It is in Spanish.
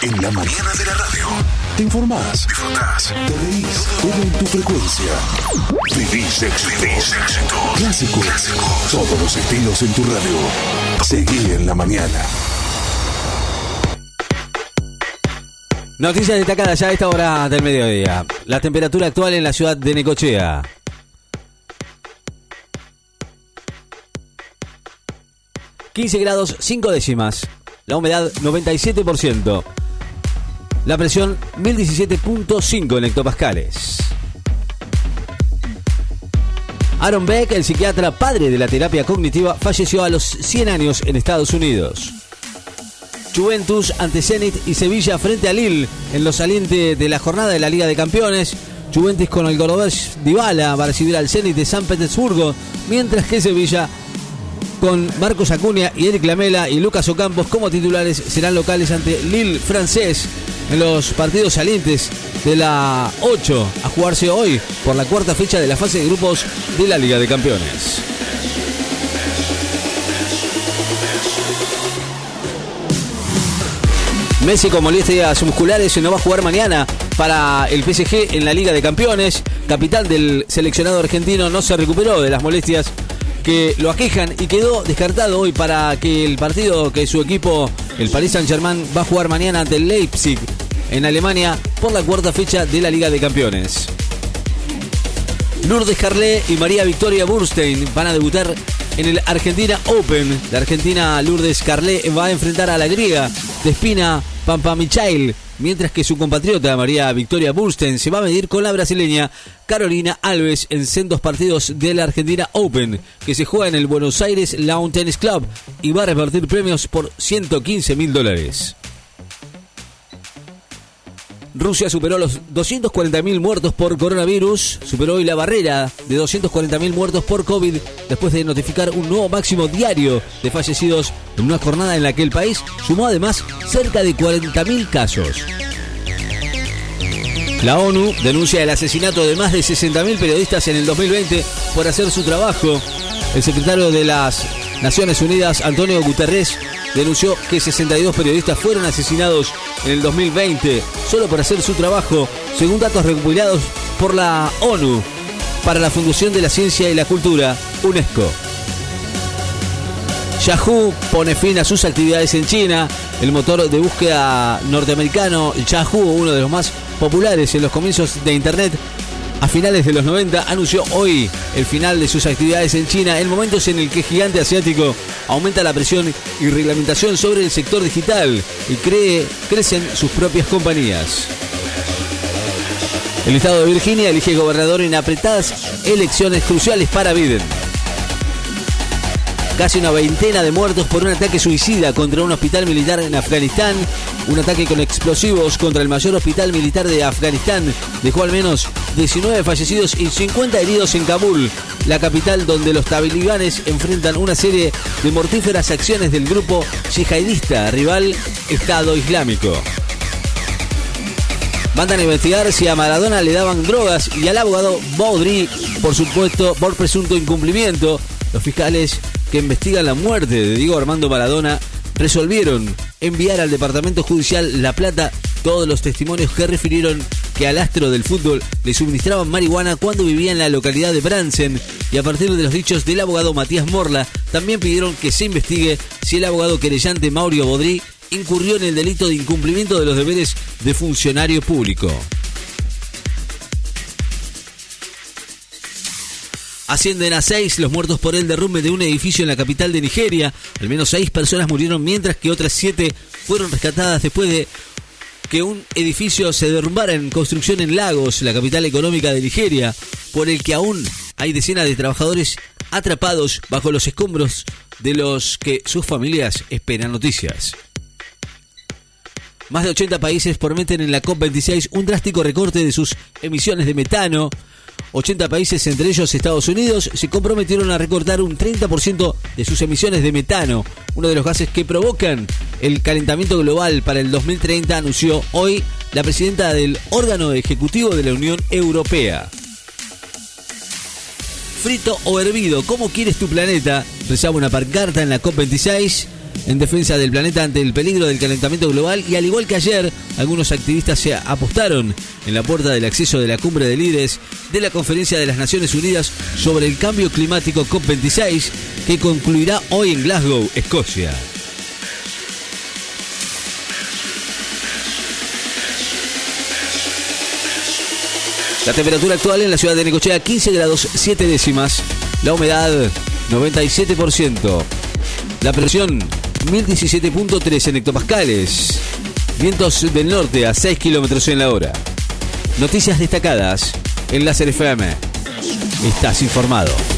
En la mañana de la radio. Te informás, disfrutás, te reís, todo en tu frecuencia. Vivís éxito. Clásicos. Todos los estilos en tu radio. Seguí en la mañana. Noticias destacadas ya a esta hora del mediodía. La temperatura actual en la ciudad de Necochea. ...15 grados 5 décimas... La humedad 97%. La presión 1017.5 en hectopascales. Aaron Beck, el psiquiatra padre de la terapia cognitiva, falleció a los 100 años en Estados Unidos. Juventus ante Zenit y Sevilla frente a Lille en lo saliente de la jornada de la Liga de Campeones. Juventus con el cordobés Dybala va a recibir al Zenit de San Petersburgo, mientras que Sevilla con Marcos Acuña y Eric Lamela y Lucas Ocampos como titulares serán locales ante Lille francés en los partidos salientes de la 8 a jugarse hoy por la cuarta fecha de la fase de grupos de la Liga de Campeones. Messi con molestias musculares no va a jugar mañana para el PSG en la Liga de Campeones. Capitán del seleccionado argentino no se recuperó de las molestias que lo aquejan y quedó descartado hoy para que el partido que su equipo, el Paris Saint-Germain, va a jugar mañana ante el Leipzig en Alemania por la cuarta fecha de la Liga de Campeones. Lourdes Carlet y María Victoria Burstein van a debutar en el Argentina Open. La argentina Lourdes Carlet va a enfrentar a la griega Despina Pampamichail, mientras que su compatriota María Victoria Burstein se va a medir con la brasileña Carolina Alves en sendos partidos de la Argentina Open, que se juega en el Buenos Aires Lawn Tennis Club y va a repartir premios por $115.000. Rusia superó los 240.000 muertos por coronavirus, superó hoy la barrera de 240.000 muertos por COVID después de notificar un nuevo máximo diario de fallecidos en una jornada en la que el país sumó además cerca de 40.000 casos. La ONU denuncia el asesinato de más de 60.000 periodistas en el 2020 por hacer su trabajo. El secretario de las Naciones Unidas, Antonio Guterres, denunció que 62 periodistas fueron asesinados en el 2020 solo por hacer su trabajo, según datos recopilados por la ONU para la Fundación de la Ciencia y la Cultura, UNESCO. Yahoo pone fin a sus actividades en China. El motor de búsqueda norteamericano Yahoo, uno de los más populares en los comienzos de Internet, a finales de los 90, anunció hoy el final de sus actividades en China en momentos en el que el gigante asiático aumenta la presión y reglamentación sobre el sector digital y crecen sus propias compañías. El estado de Virginia elige gobernador en apretadas elecciones cruciales para Biden. Casi una veintena de muertos por un ataque suicida contra un hospital militar en Afganistán. Un ataque con explosivos contra el mayor hospital militar de Afganistán dejó al menos 19 fallecidos y 50 heridos en Kabul, la capital donde los talibanes enfrentan una serie de mortíferas acciones del grupo yihadista rival Estado Islámico. Mandan a investigar si a Maradona le daban drogas y al abogado Baudry por presunto incumplimiento. Los fiscales que investigan la muerte de Diego Armando Maradona resolvieron enviar al Departamento Judicial La Plata todos los testimonios que refirieron que al astro del fútbol le suministraban marihuana cuando vivía en la localidad de Bransen, y a partir de los dichos del abogado Matías Morla también pidieron que se investigue si el abogado querellante Mauricio Baudry incurrió en el delito de incumplimiento de los deberes de funcionario público. Ascienden a 6 los muertos por el derrumbe de un edificio en la capital de Nigeria. Al menos 6 personas murieron, mientras que otras 7 fueron rescatadas después de que un edificio se derrumbara en construcción en Lagos, la capital económica de Nigeria, por el que aún hay decenas de trabajadores atrapados bajo los escombros de los que sus familias esperan noticias. Más de 80 países prometen en la COP26 un drástico recorte de sus emisiones de metano. 80 países, entre ellos Estados Unidos, se comprometieron a recortar un 30% de sus emisiones de metano, uno de los gases que provocan el calentamiento global para el 2030, anunció hoy la presidenta del órgano ejecutivo de la Unión Europea. Frito o hervido, ¿cómo quieres tu planeta?, rezaba una pancarta en la COP26. en defensa del planeta ante el peligro del calentamiento global y al igual que ayer, algunos activistas se apostaron en la puerta del acceso de la cumbre de líderes de la Conferencia de las Naciones Unidas sobre el Cambio Climático COP26 que concluirá hoy en Glasgow, Escocia. La temperatura actual en la ciudad de Necochea 15 grados 7 décimas, la humedad 97%, la presión 1017.3 en hectopascales, vientos del norte a 6 kilómetros en la hora. Noticias destacadas en Láser FM. Estás informado.